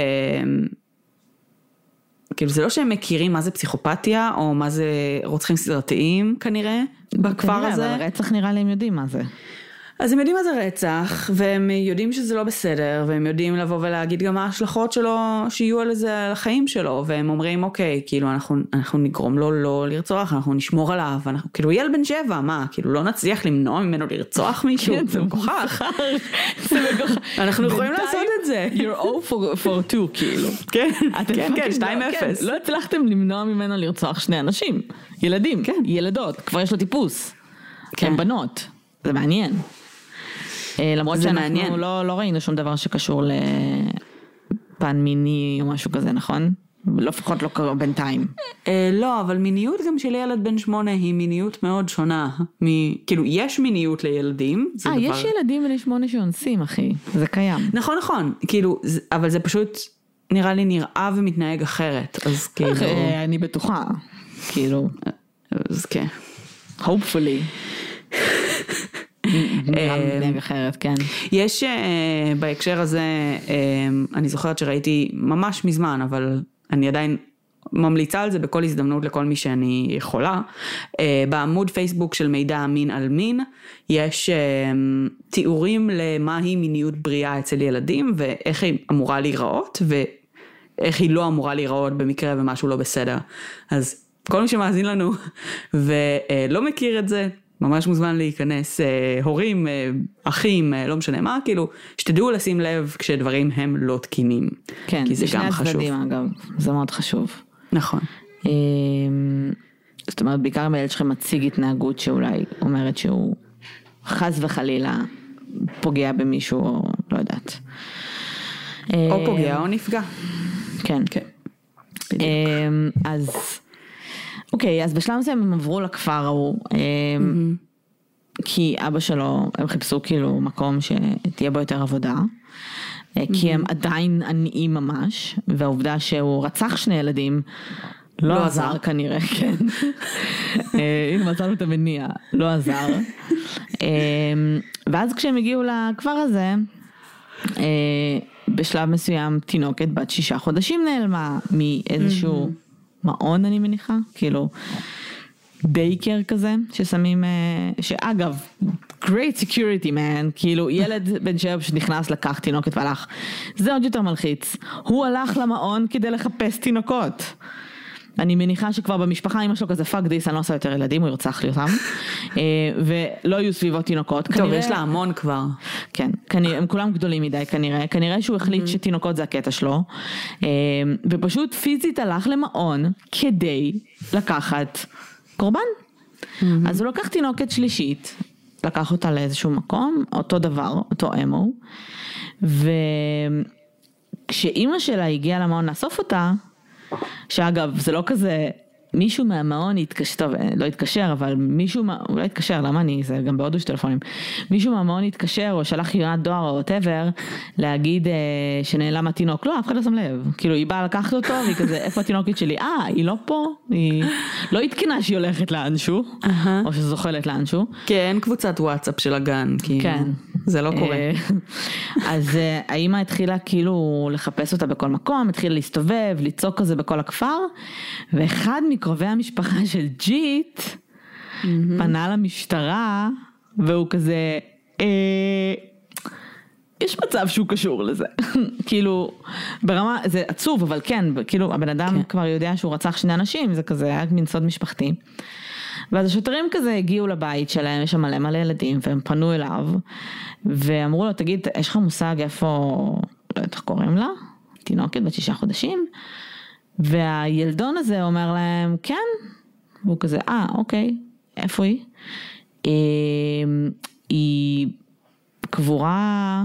כאילו זה לא שהם מכירים מה זה פסיכופתיה, או מה זה רוצחים סדרתיים כנראה, בכפר הזה. אבל רצח נראה לי הם יודעים מה זה. אז הם יודעים מה זה רצח, והם יודעים שזה לא בסדר, והם יודעים לבוא ולהגיד גם מה ההשלכות שלו, שיהיו על זה, על החיים שלו, והם אומרים, אוקיי, כאילו, אנחנו, אנחנו נגרום לו לא לרצוח, אנחנו נשמור עליו, אנחנו, כאילו, ילד בן שבע, מה, כאילו, לא נצליח למנוע ממנו לרצוח מישהו, זה מגוחך. אנחנו יכולים לעשות את זה. You're all for, for two, כאילו. כן, כן, כן, שתיים אפס. לא הצלחתם למנוע ממנו לרצוח שני אנשים, ילדים, ילדות, כבר יש לו טיפוס, הם בנות, זה מעניין. למרות שאנחנו לא, לא ראינו שום דבר שקשור לפן מיני או משהו כזה, נכון? לפחות לא קרה בינתיים. לא, אבל מיניות גם של ילד בן שמונה היא מיניות מאוד שונה. כאילו, יש מיניות לילדים. אה, יש ילדים בני שמונה שאונסים, אחי. זה קיים. נכון, נכון. כאילו, אבל זה פשוט נראה לי נראה ומתנהג אחרת. אז כאילו... אני בטוחה. כאילו... אז כן. hopefully. מתנהג אחרת, כן. יש בהקשר הזה, אני זוכרת שראיתי ממש מזמן, אבל אני עדיין ממליצה על זה בכל הזדמנות לכל מי שאני יכולה. בעמוד פייסבוק של מידע אמין על מין, יש תיאורים למהי מיניות בריאה אצל ילדים, ואיך היא אמורה להיראות, ואיך היא לא אמורה להיראות במקרה ומשהו לא בסדר. אז כל מי שמאזין לנו ולא מכיר את זה, ממש מוזמן להיכנס, אה, הורים, אה, אחים, אה, לא משנה מה, כאילו, שתדעו לשים לב כשדברים הם לא תקינים. כן, כי זה גם חשוב. הצדדים, אגב, זה מאוד חשוב. נכון. אה, זאת אומרת, בעיקר אם הילד שלכם מציג התנהגות שאולי אומרת שהוא חס וחלילה פוגע במישהו, או לא יודעת. או פוגע או נפגע. כן. כן. אה, אז... אוקיי, אז בשלב הזה הם עברו לכפר ההוא, כי אבא שלו, הם חיפשו כאילו מקום שתהיה בו יותר עבודה, כי הם עדיין עניים ממש, והעובדה שהוא רצח שני ילדים, לא עזר כנראה, כן. הנה מצאנו את המניע, לא עזר. ואז כשהם הגיעו לכפר הזה, בשלב מסוים תינוקת בת שישה חודשים נעלמה מאיזשהו... מעון אני מניחה, כאילו בייקר כזה, ששמים, שאגב, great security man, כאילו ילד בן שבע שנכנס לקח תינוקת והלך, זה עוד יותר מלחיץ, הוא הלך למעון כדי לחפש תינוקות, אני מניחה שכבר במשפחה אמא שלו כזה פאק דיס, אני לא עושה יותר ילדים, הוא ירצח לי אותם, ולא יהיו סביבות תינוקות. טוב, יש לה המון כבר. כן, הם כולם גדולים מדי כנראה, כנראה שהוא החליט שתינוקות זה הקטע שלו, ופשוט פיזית הלך למעון כדי לקחת קורבן. אז הוא לקח תינוקת שלישית, לקח אותה לאיזשהו מקום, אותו דבר, אותו אמו, וכשאימא שלה הגיעה למעון לאסוף אותה, שאגב, זה לא כזה, מישהו מהמעון התקשר, טוב, לא התקשר, אבל מישהו, אולי התקשר, למה אני, זה גם בעוד יש טלפונים, מישהו מהמעון התקשר, או שלח יונת דואר, או whatever, להגיד אה, שנעלם התינוק, לא, אף אחד לא שם לב, כאילו, היא באה לקחת אותו, והיא כזה, איפה התינוקית שלי? אה, היא לא פה, היא לא התקנה שהיא הולכת לאנשהו, או שזוחלת לאנשהו. כן, אין קבוצת וואטסאפ של הגן, כאילו, כן. זה לא קורה. אז האמא התחילה כאילו לחפש אותה בכל מקום, התחילה להסתובב, לצעוק כזה בכל הכפר, ואחד מקרובי המשפחה של ג'יט פנה למשטרה, והוא כזה, יש מצב שהוא קשור לזה. כאילו, ברמה, זה עצוב, אבל כן, כאילו הבן אדם כבר יודע שהוא רצח שני אנשים, זה כזה היה מין סוד משפחתי. ואז השוטרים כזה הגיעו לבית שלהם, יש שם מלא מלא ילדים, והם פנו אליו, ואמרו לו, תגיד, יש לך מושג איפה, לא יודעת איך קוראים לה? תינוקת בת שישה חודשים? והילדון הזה אומר להם, כן. והוא כזה, אה, אוקיי, איפה היא? היא קבורה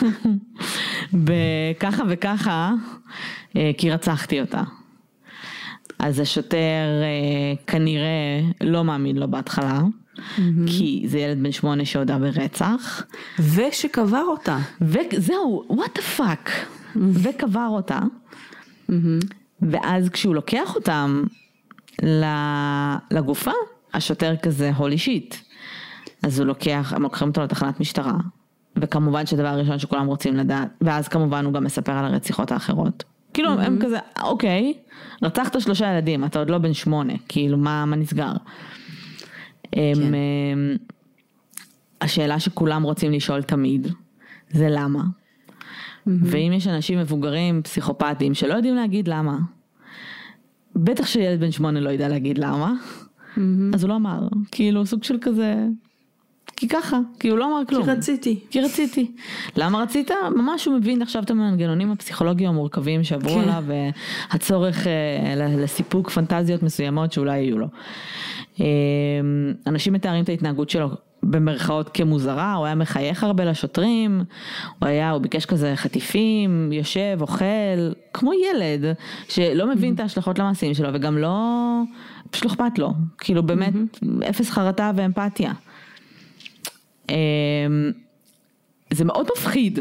בככה וככה, כי רצחתי אותה. אז השוטר כנראה לא מאמין לו בהתחלה, כי זה ילד בן שמונה שהודה ברצח. ושקבר אותה. וזהו, what the fuck. וקבר אותה. ואז כשהוא לוקח אותם לגופה, השוטר כזה הולי שיט. אז הוא לוקח, הם לוקחים אותו לתחנת משטרה. וכמובן שהדבר הראשון שכולם רוצים לדעת, ואז כמובן הוא גם מספר על הרציחות האחרות. כאילו mm-hmm. הם כזה, אוקיי, רצחת שלושה ילדים, אתה עוד לא בן שמונה, כאילו מה, מה נסגר? כן. הם, השאלה שכולם רוצים לשאול תמיד, זה למה? ואם יש אנשים מבוגרים, פסיכופטיים, שלא יודעים להגיד למה, בטח שילד בן שמונה לא יודע להגיד למה, אז הוא לא אמר, כאילו סוג של כזה, כי ככה, כי הוא לא אמר כלום. כי רציתי. כי רציתי. למה רצית? ממש הוא מבין עכשיו את המנגנונים הפסיכולוגיים המורכבים שעברו עליו, והצורך לסיפוק פנטזיות מסוימות שאולי יהיו לו. אנשים מתארים את ההתנהגות שלו במרכאות כמוזרה, הוא היה מחייך הרבה לשוטרים, הוא היה, הוא ביקש כזה חטיפים, יושב, אוכל, כמו ילד, שלא מבין את ההשלכות למעשים שלו, וגם לא, פשוט לא אכפת לו, כאילו באמת אפס חרטה ואמפתיה. זה מאוד מפחיד,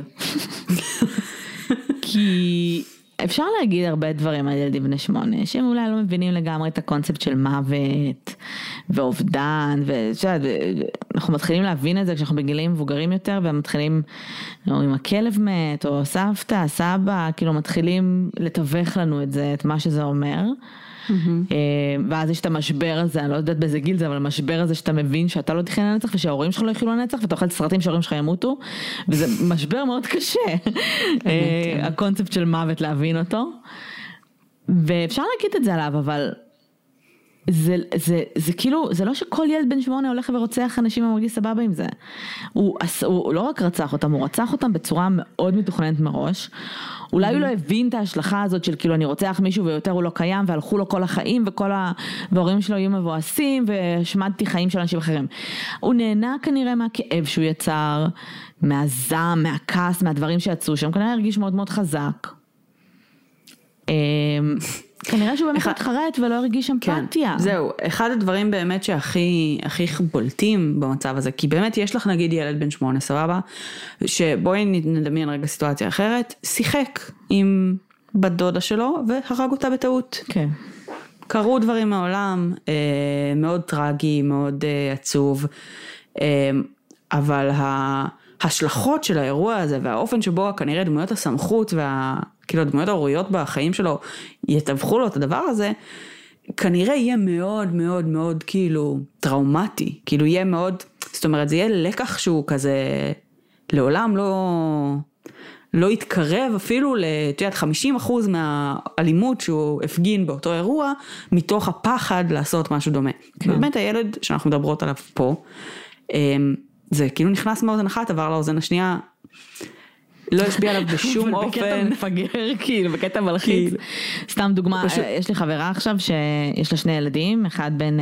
כי אפשר להגיד הרבה דברים על ילדים בני שמונה, שהם אולי לא מבינים לגמרי את הקונספט של מוות ואובדן, ואנחנו מתחילים להבין את זה כשאנחנו בגילים מבוגרים יותר, ומתחילים, או עם הכלב מת, או סבתא, סבא, כאילו מתחילים לתווך לנו את זה, את מה שזה אומר, ואז יש את המשבר הזה, אני לא יודעת באיזה גיל זה, אבל המשבר הזה שאתה מבין שאתה לא תחיה לנצח, ושההורים שלך לא יחיו לנצח, ואתה אוכל סרטים שההורים שלך ימותו, וזה משבר מאוד קשה, הקונספט של מוות להבין אותו, ואפשר להגיד את זה עליו, אבל זה, זה, זה כאילו, זה לא שכל ילד בן שמונה הולך ורוצח אנשים ומרגיש סבבה עם זה. הוא, הוא לא רק רצח אותם, הוא רצח אותם בצורה מאוד מתוכננת מראש. אולי הוא לא הבין את ההשלכה הזאת של כאילו אני רוצח מישהו ויותר הוא לא קיים, והלכו לו כל החיים וכל ההורים שלו יהיו מבואסים, והשמדתי חיים של אנשים אחרים. הוא נהנה כנראה מהכאב שהוא יצר, מהזעם, מהכעס, מהדברים שיצאו שם, כנראה הרגיש מאוד מאוד חזק. כנראה שהוא באמת התחרט ולא הרגיש אמפתיה. זהו, אחד הדברים באמת שהכי הכי בולטים במצב הזה, כי באמת יש לך נגיד ילד בן שמונה, סבבה, שבואי נדמיין רגע סיטואציה אחרת, שיחק עם בת דודה שלו והרג אותה בטעות. כן. קרו דברים מהעולם, מאוד טרגי, מאוד עצוב, אבל ההשלכות של האירוע הזה והאופן שבו כנראה דמויות הסמכות וה... כאילו הדמויות ההוריות בחיים שלו יתווכו לו את הדבר הזה, כנראה יהיה מאוד מאוד מאוד כאילו טראומטי, כאילו יהיה מאוד, זאת אומרת זה יהיה לקח שהוא כזה לעולם לא, לא יתקרב אפילו לתיאת חמישים אחוז מהאלימות שהוא הפגין באותו אירוע, מתוך הפחד לעשות משהו דומה. כן. באמת הילד שאנחנו מדברות עליו פה, זה כאילו נכנס מאוזן אחת, עבר לאוזן השנייה, לא ישפיע עליו בשום אופן. בקטע מפגר, כאילו, בקטע מלחיץ. סתם דוגמה, יש לי חברה עכשיו שיש לה שני ילדים, אחד בן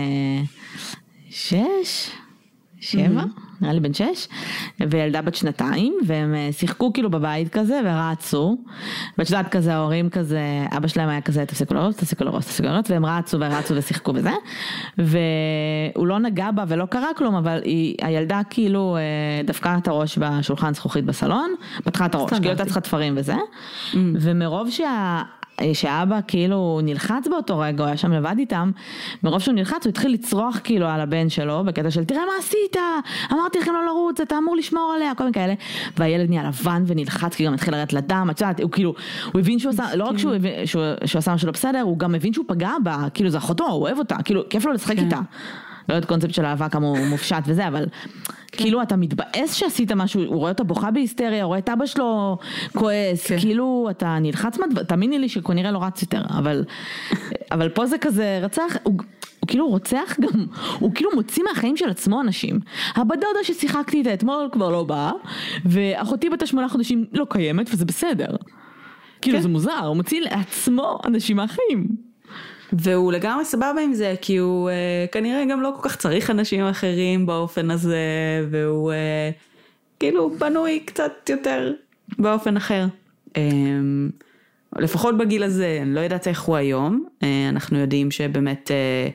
שש, שבע, נראה לי בן שש, וילדה בת שנתיים, והם שיחקו כאילו בבית כזה, ורצו, ואת יודעת כזה, ההורים כזה, אבא שלהם היה כזה, תפסיקו לרוץ, תפסיקו לרוץ, תפסיקו לרוץ, והם רצו ורצו ושיחקו בזה, והוא לא נגע בה ולא קרה כלום, אבל היא, הילדה כאילו דפקה את הראש בשולחן זכוכית בסלון, פתחה את הראש, כאילו הייתה צריכה תפרים וזה, ומרוב שה... שאבא כאילו נלחץ באותו רגע, הוא היה שם לבד איתם, מרוב שהוא נלחץ, הוא התחיל לצרוח כאילו על הבן שלו, בקטע של תראה מה עשית, אמרתי לכם לא לרוץ, אתה אמור לשמור עליה, כל מיני כאלה, והילד נהיה לבן ונלחץ, כי גם התחיל לרדת לדם, את יודעת, הוא כאילו, הוא הבין שהוא עשה, לא רק שהוא, שהוא, שהוא עשה משהו לא בסדר, הוא גם הבין שהוא פגע בה, כאילו זה אחותו, הוא אוהב אותה, כאילו כיף לו לשחק איתה. לא יודעת קונספט של אהבה כמה הוא מופשט וזה, אבל כאילו אתה מתבאס שעשית משהו, הוא רואה אותה בוכה בהיסטריה, הוא רואה את אבא שלו כועס, כאילו אתה נלחץ, תאמיני לי שכנראה לא רץ יותר, אבל פה זה כזה רצח, הוא כאילו רוצח גם, הוא כאילו מוציא מהחיים של עצמו אנשים. הבדודה ששיחקתי איתה אתמול כבר לא באה, ואחותי בת השמונה חודשים לא קיימת, וזה בסדר. כאילו זה מוזר, הוא מוציא לעצמו אנשים מהחיים. והוא לגמרי סבבה עם זה, כי הוא uh, כנראה גם לא כל כך צריך אנשים אחרים באופן הזה, והוא uh, כאילו בנוי קצת יותר באופן אחר. Um, לפחות בגיל הזה, אני לא יודעת איך הוא היום, uh, אנחנו יודעים שבאמת uh,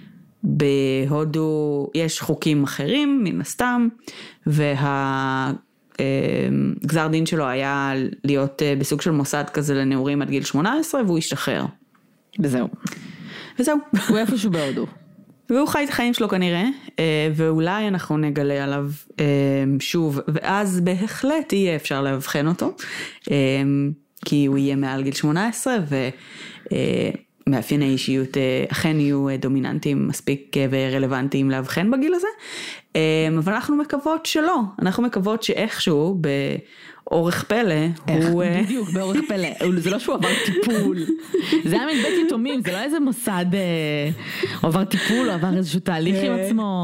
בהודו יש חוקים אחרים מן הסתם, וה... גזר דין שלו היה להיות uh, בסוג של מוסד כזה לנעורים עד גיל שמונה עשרה, והוא השתחרר. וזהו. וזהו. הוא איפשהו בהודו. והוא חי את החיים שלו כנראה, ואולי אנחנו נגלה עליו שוב, ואז בהחלט יהיה אפשר להבחן אותו, כי הוא יהיה מעל גיל שמונה עשרה, מאפייני אישיות אכן יהיו דומיננטיים מספיק ורלוונטיים להבחן בגיל הזה, אבל אנחנו מקוות שלא, אנחנו מקוות שאיכשהו באורך פלא, הוא... בדיוק, באורך פלא, זה לא שהוא עבר טיפול, זה היה מין בית יתומים, זה לא איזה מוסד, הוא עבר טיפול, הוא עבר איזשהו תהליך עם עצמו,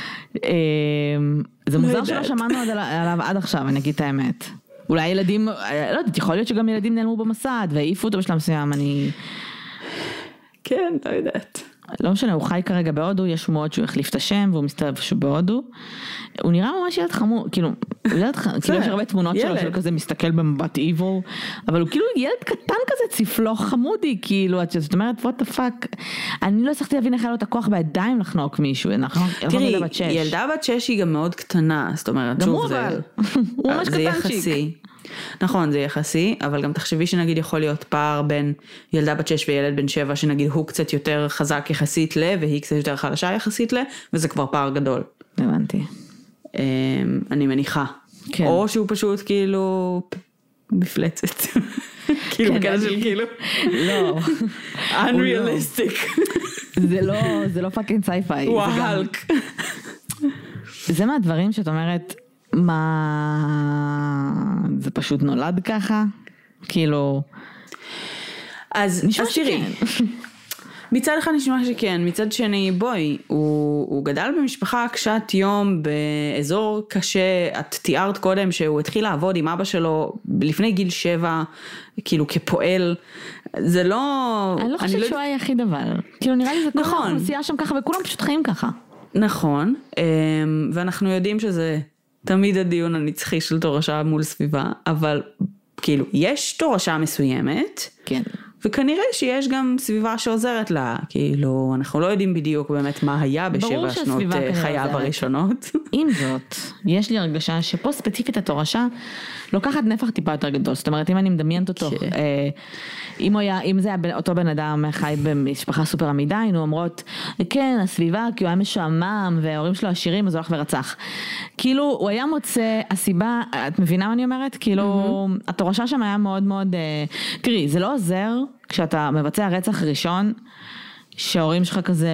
זה מוזר שלא שמענו עליו עד עכשיו, אני אגיד את האמת. אולי ילדים, לא יודעת, יכול להיות שגם ילדים נעלמו במסד, והעיפו אותו בשלב מסוים, אני... כן, לא יודעת. לא משנה, הוא חי כרגע בהודו, יש שמועות שהוא החליף את השם, והוא מסתובב שהוא בהודו. הוא נראה ממש ילד חמור, כאילו, ילד חמור, כאילו יש הרבה תמונות שלו, שהוא כזה מסתכל במבט איבול, אבל הוא כאילו ילד קטן כזה, צפלו חמודי, כאילו, את אומרת, what the fuck, אני לא הצלחתי להבין איך היה לו את הכוח בידיים לחנוק מישהו, תראי, ילדה בת שש היא גם מאוד קטנה, זאת אומרת, שוב זה, הוא ממש קטנצ'יק. נכון, זה יחסי, אבל גם תחשבי שנגיד יכול להיות פער בין ילדה בת שש וילד בן שבע, שנגיד הוא קצת יותר חזק יחסית ל, והיא קצת יותר חלשה יחסית ל, וזה כבר פער גדול. הבנתי. אני מניחה. כן. או שהוא פשוט כאילו מפלצת. כאילו בקטע של כאילו. לא. unrealistic. זה לא, זה לא פאקינג סייפיי. הוא ההלק. זה מהדברים שאת אומרת, מה... זה פשוט נולד ככה? כאילו... אז, אז תראי, מצד אחד נשמע שכן, מצד שני, בואי, הוא, הוא גדל במשפחה קשת יום באזור קשה, את תיארת קודם שהוא התחיל לעבוד עם אבא שלו לפני גיל שבע, כאילו כפועל, זה לא... אני לא חושבת שהוא היה יחיד אבל, כאילו נראה לי זה כל האוכלוסייה שם ככה, וכולם פשוט חיים ככה. נכון, ואנחנו יודעים שזה... תמיד הדיון הנצחי של תורשה מול סביבה, אבל כאילו, יש תורשה מסוימת, כן. וכנראה שיש גם סביבה שעוזרת לה, כאילו, אנחנו לא יודעים בדיוק באמת מה היה בשבע שנות חייו הראשונות. עם זאת, יש לי הרגשה שפה ספציפית התורשה לוקחת נפח טיפה יותר גדול, זאת אומרת, אם אני מדמיינת אותו, אם, היה, אם זה היה אותו בן אדם חי במשפחה סופר עמידה, היינו אומרות, כן, הסביבה, כי הוא היה משעמם, וההורים שלו עשירים, אז הוא הולך ורצח. כאילו, הוא היה מוצא, הסיבה, את מבינה מה אני אומרת? כאילו, mm-hmm. התורשה שם היה מאוד מאוד, תראי, זה לא עוזר, כשאתה מבצע רצח ראשון, שההורים שלך כזה,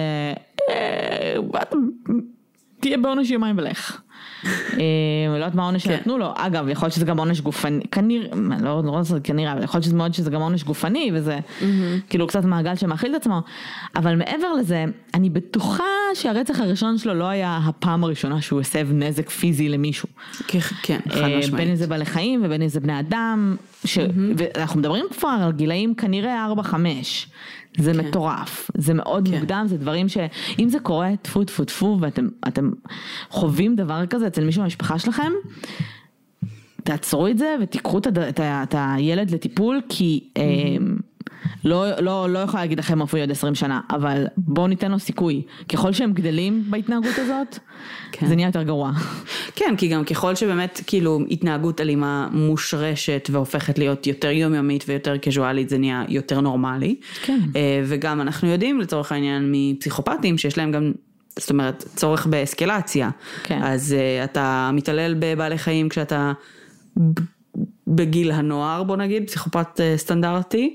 תהיה בעונש יומיים ולך. לא יודעת מה העונש שנתנו לו, אגב, יכול להיות שזה גם עונש גופני, כנראה, לא רוצה כנראה, אבל יכול להיות שזה מאוד שזה גם עונש גופני, וזה כאילו קצת מעגל שמאכיל את עצמו, אבל מעבר לזה, אני בטוחה שהרצח הראשון שלו לא היה הפעם הראשונה שהוא הסב נזק פיזי למישהו. כן, חד משמעית. בין אם זה בעלי חיים ובין אם זה בני אדם, ואנחנו מדברים כבר על גילאים כנראה ארבע חמש, זה מטורף, זה מאוד מוקדם, זה דברים שאם זה קורה, תפו תפו תפו, ואתם חווים דבר כזה אצל מישהו במשפחה שלכם, תעצרו את זה ותיקחו את הילד לטיפול, כי לא, לא, לא יכולה להגיד לכם איפה הוא עוד עשרים שנה, אבל בואו ניתן לו סיכוי. ככל שהם גדלים בהתנהגות הזאת, כן. זה נהיה יותר גרוע. כן, כי גם ככל שבאמת כאילו התנהגות אלימה מושרשת והופכת להיות יותר יומיומית ויותר קזואלית, זה נהיה יותר נורמלי. כן. וגם אנחנו יודעים לצורך העניין מפסיכופטים שיש להם גם, זאת אומרת, צורך באסקלציה. כן. אז uh, אתה מתעלל בבעלי חיים כשאתה בגיל הנוער, בוא נגיד, פסיכופט uh, סטנדרטי,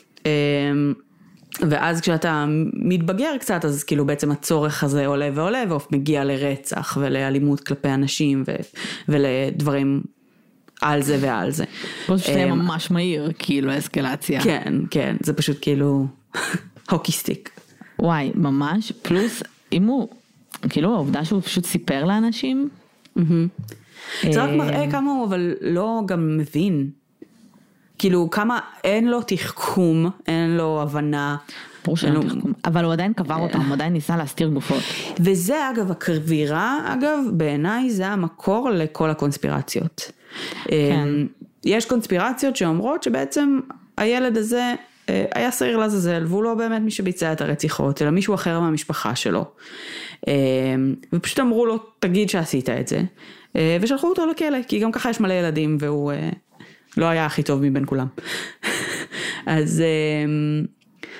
ואז כשאתה מתבגר קצת, אז כאילו בעצם הצורך הזה עולה ועולה, ואוף מגיע לרצח ולאלימות כלפי אנשים ולדברים על זה ועל זה. פה שזה ממש מהיר, כאילו אסקלציה. כן, כן, זה פשוט כאילו הוקיסטיק. וואי, ממש, פלוס, אם הוא, כאילו העובדה שהוא פשוט סיפר לאנשים. זה רק מראה כמה הוא אבל לא גם מבין. כאילו כמה אין לו תחכום, אין לו הבנה. ברור שאין לו תחכום, אבל הוא עדיין קבר אותם, הוא עדיין ניסה להסתיר גופות. וזה אגב, הקבירה, אגב, בעיניי זה המקור לכל הקונספירציות. יש קונספירציות שאומרות שבעצם הילד הזה היה שעיר לעזאזל, והוא לא באמת מי שביצע את הרציחות, אלא מישהו אחר מהמשפחה שלו. ופשוט אמרו לו, תגיד שעשית את זה, ושלחו אותו לכלא, כי גם ככה יש מלא ילדים, והוא לא היה הכי טוב מבין כולם. אז,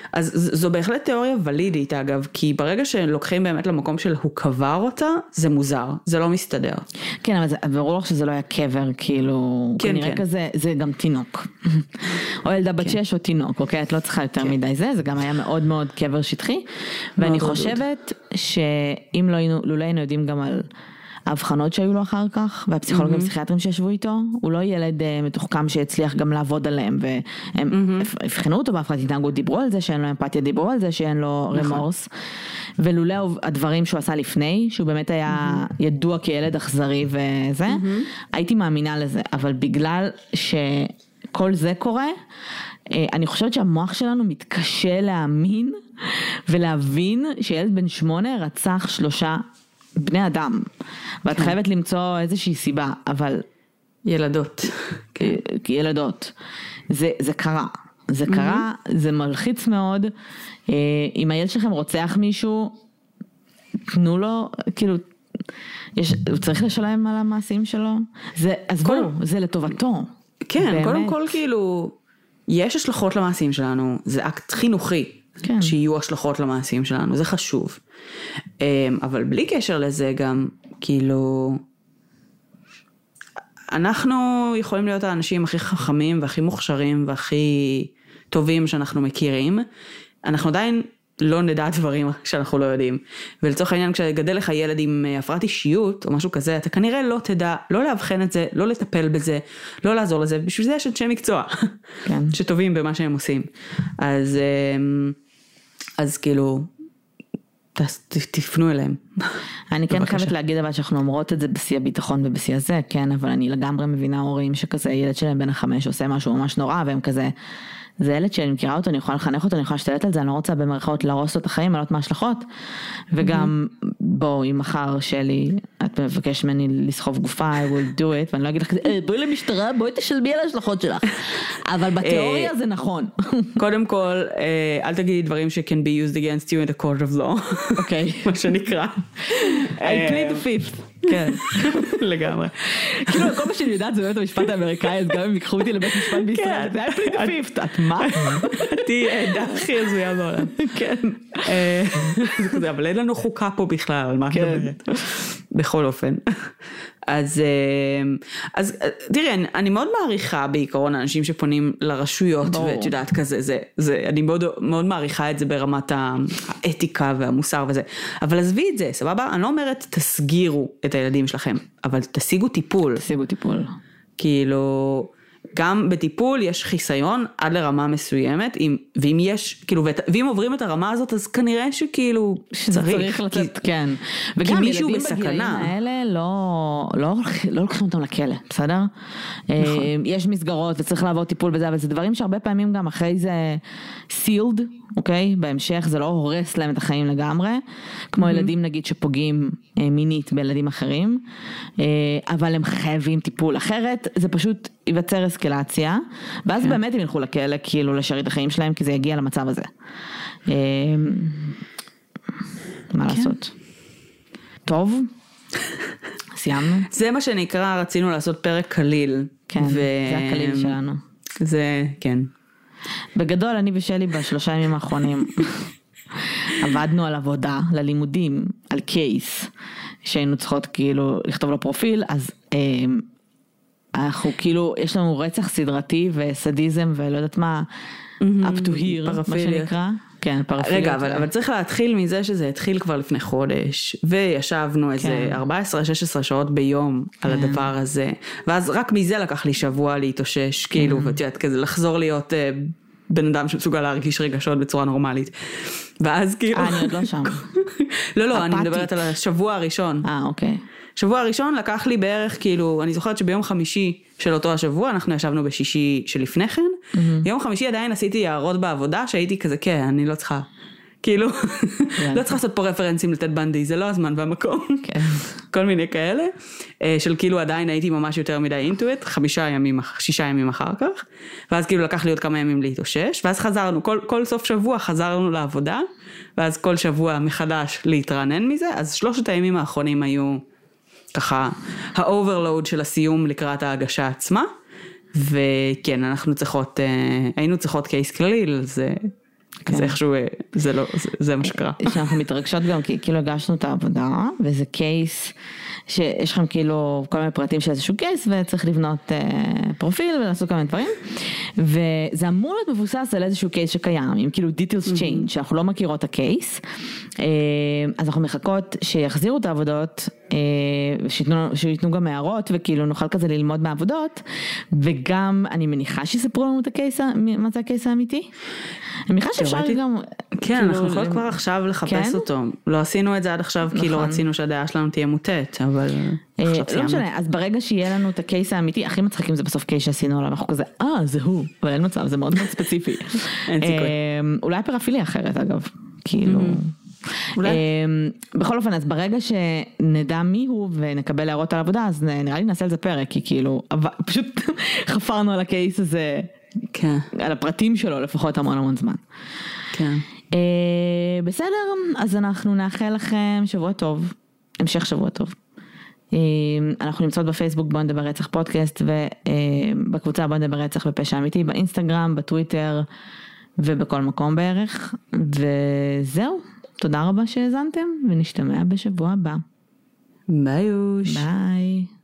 אז זו בהחלט תיאוריה ולידית אגב, כי ברגע שלוקחים באמת למקום של הוא קבר אותה, זה מוזר, זה לא מסתדר. כן, אבל זה, ברור לך שזה לא היה קבר, כאילו, כן, כנראה כן. כזה, זה גם תינוק. או ילדה בת שש או תינוק, אוקיי? את לא צריכה יותר מדי זה, זה גם היה מאוד מאוד קבר שטחי, ואני חושבת שאם לא היינו, לא היינו יודעים גם על ההבחנות שהיו לו אחר כך, והפסיכולוגים הפסיכיאטרים שישבו איתו, הוא לא ילד מתוחכם שהצליח גם לעבוד עליהם, והם הבחנו אותו בהפרעת התנהגות, דיברו על זה שאין לו אמפתיה, דיברו על זה שאין לו רמורס, ולולא הדברים שהוא עשה לפני, שהוא באמת היה ידוע כילד אכזרי וזה, הייתי מאמינה לזה, אבל בגלל שכל זה קורה, אני חושבת שהמוח שלנו מתקשה להאמין, ולהבין שילד בן שמונה רצח שלושה בני אדם, ואת חייבת למצוא איזושהי סיבה, אבל ילדות. ילדות. זה, זה קרה. זה קרה, זה מלחיץ מאוד. אם הילד שלכם רוצח מישהו, תנו לו, כאילו, יש, הוא צריך לשלם על המעשים שלו. זה, אז בואו, זה לטובתו. כן, באמת. קודם כל כאילו, יש השלכות למעשים שלנו, זה אקט חינוכי. כן. שיהיו השלכות למעשים שלנו, זה חשוב. אבל בלי קשר לזה גם, כאילו, אנחנו יכולים להיות האנשים הכי חכמים והכי מוכשרים והכי טובים שאנחנו מכירים, אנחנו עדיין לא נדע דברים שאנחנו לא יודעים. ולצורך העניין, כשגדל לך ילד עם הפרעת אישיות או משהו כזה, אתה כנראה לא תדע, לא להבחן את זה, לא לטפל בזה, לא לעזור לזה, בשביל זה יש אנשי מקצוע, כן. שטובים במה שהם עושים. אז... אז כאילו, תפנו אליהם. אני כן חייבת להגיד אבל שאנחנו אומרות את זה בשיא הביטחון ובשיא הזה, כן, אבל אני לגמרי מבינה הורים שכזה ילד שלהם בן החמש עושה משהו ממש נורא, והם כזה, זה ילד שאני מכירה אותו, אני יכולה לחנך אותו, אני יכולה להשתלט על זה, אני לא רוצה במרכאות להרוס לו את החיים, מעלות מההשלכות, וגם בואו, אם מחר שלי, את מבקש ממני לסחוב גופה, I will do it, ואני לא אגיד לך כזה, בואי למשטרה, בואי תשלמי על ההשלכות שלך, אבל בתיאוריה זה נכון. קודם כל, אל תגידי דברים ש- can be used against you in the court of law, אוקיי. מה שנקרא. I plead the fifth. כן. לגמרי. כאילו, כל מה שאני יודעת זה באמת המשפט האמריקאי, אז גם הם ייקחו אותי לבית משפט בישראל, זה I plead the fifth. את מה? אותי עדה הכי הזויה בעולם. כן. אבל אין לנו חוקה פה בכלל, על מה את מדברת. בכל אופן. אז, אז תראי, אני, אני מאוד מעריכה בעיקרון האנשים שפונים לרשויות, ואת יודעת כזה, זה, זה, אני מאוד, מאוד מעריכה את זה ברמת האתיקה והמוסר וזה, אבל עזבי את זה, סבבה? אני לא אומרת תסגירו את הילדים שלכם, אבל תשיגו טיפול. תשיגו טיפול. כאילו, גם בטיפול יש חיסיון עד לרמה מסוימת, אם, ואם יש, כאילו, ואם עוברים את הרמה הזאת, אז כנראה שכאילו צריך, צריך לתת, כי, כן. וגם ילדים בגילאים האלה לא, לא, לא לוקחים אותם לכלא, בסדר? נכון. יש מסגרות וצריך לעבור טיפול בזה, אבל זה דברים שהרבה פעמים גם אחרי זה sealed, אוקיי? בהמשך זה לא הורס להם את החיים לגמרי, כמו ילדים נגיד שפוגעים מינית בילדים אחרים, אבל הם חייבים טיפול, אחרת זה פשוט ייווצר אסקלציה, ואז באמת הם ילכו לכלא כאילו לשרת את החיים שלהם, כי זה יגיע למצב הזה. מה לעשות? טוב, סיימנו. זה מה שנקרא, רצינו לעשות פרק קליל. כן, זה הקליל שלנו. זה, כן. בגדול, אני ושלי בשלושה ימים האחרונים עבדנו על עבודה, ללימודים, על קייס, שהיינו צריכות כאילו לכתוב לו פרופיל, אז אנחנו כאילו, יש לנו רצח סדרתי וסדיזם ולא יודעת מה, up to here, מה שנקרא. כן, פרפיליות. רגע, אבל, אבל צריך להתחיל מזה שזה התחיל כבר לפני חודש, וישבנו איזה כן. ארבע עשרה שש עשרה שעות ביום כן. על הדבר הזה, ואז רק מזה לקח לי שבוע להתאושש, כן. כאילו, ותיאת כזה לחזור להיות uh, בן אדם שמסוגל להרגיש רגשות בצורה נורמלית. ואז כאילו... אה, אני עוד לא שם. לא, לא, אני מדברת על השבוע הראשון. אה, אוקיי. שבוע הראשון לקח לי בערך, כאילו, אני זוכרת שביום חמישי של אותו השבוע, אנחנו ישבנו בשישי שלפני כן, mm-hmm. יום חמישי עדיין עשיתי הערות בעבודה, שהייתי כזה, כן, אני לא צריכה, כאילו, לא צריכה לעשות פה רפרנסים לתת בנדי, זה לא הזמן והמקום, כן. כל מיני כאלה, של כאילו עדיין הייתי ממש יותר מדי אינטואט, חמישה ימים, שישה ימים אחר כך, ואז כאילו לקח לי עוד כמה ימים להתאושש, ואז חזרנו, כל, כל סוף שבוע חזרנו לעבודה, ואז כל שבוע מחדש להתרענן מזה, אז שלושת הימים האחרונים היו ככה, האוברלואוד של הסיום לקראת ההגשה עצמה, וכן, אנחנו צריכות, היינו צריכות קייס כליל, זה אז איכשהו זה לא, זה מה שקרה. שאנחנו מתרגשות גם כי כאילו הגשנו את העבודה, וזה קייס, שיש לכם כאילו כל מיני פרטים של איזשהו קייס, וצריך לבנות פרופיל ולעשות כל מיני דברים, וזה אמור להיות מבוסס על איזשהו קייס שקיים, עם כאילו details change, שאנחנו לא מכירות את הקייס, אז אנחנו מחכות שיחזירו את העבודות, שיתנו גם הערות, וכאילו נוכל כזה ללמוד מהעבודות, וגם אני מניחה שיספרו לנו את הקייס, מה זה הקייס האמיתי? אני מניחה שאפשר גם... כן, אנחנו יכולים כבר עכשיו לחפש אותו. לא עשינו את זה עד עכשיו, כי לא רצינו שהדעה שלנו תהיה מוטט, אבל... לא משנה, אז ברגע שיהיה לנו את הקייס האמיתי, הכי מצחיקים זה בסוף קייס שעשינו עליו, אנחנו כזה, אה, זה הוא, אבל אין מצב, זה מאוד מאוד ספציפי. אין סיכוי. אולי פרפילי אחרת, אגב, כאילו... בכל אופן, אז ברגע שנדע מי הוא ונקבל הערות על עבודה, אז נראה לי נעשה על זה פרק, כי כאילו, פשוט חפרנו על הקייס הזה, על הפרטים שלו לפחות המון המון זמן. כן. בסדר, אז אנחנו נאחל לכם שבוע טוב, המשך שבוע טוב. אנחנו נמצאות בפייסבוק בוא נדבר רצח פודקאסט, ובקבוצה בוא נדבר רצח בפשע אמיתי, באינסטגרם, בטוויטר, ובכל מקום בערך, וזהו. תודה רבה שהאזנתם, ונשתמע בשבוע הבא. ביי. ביי.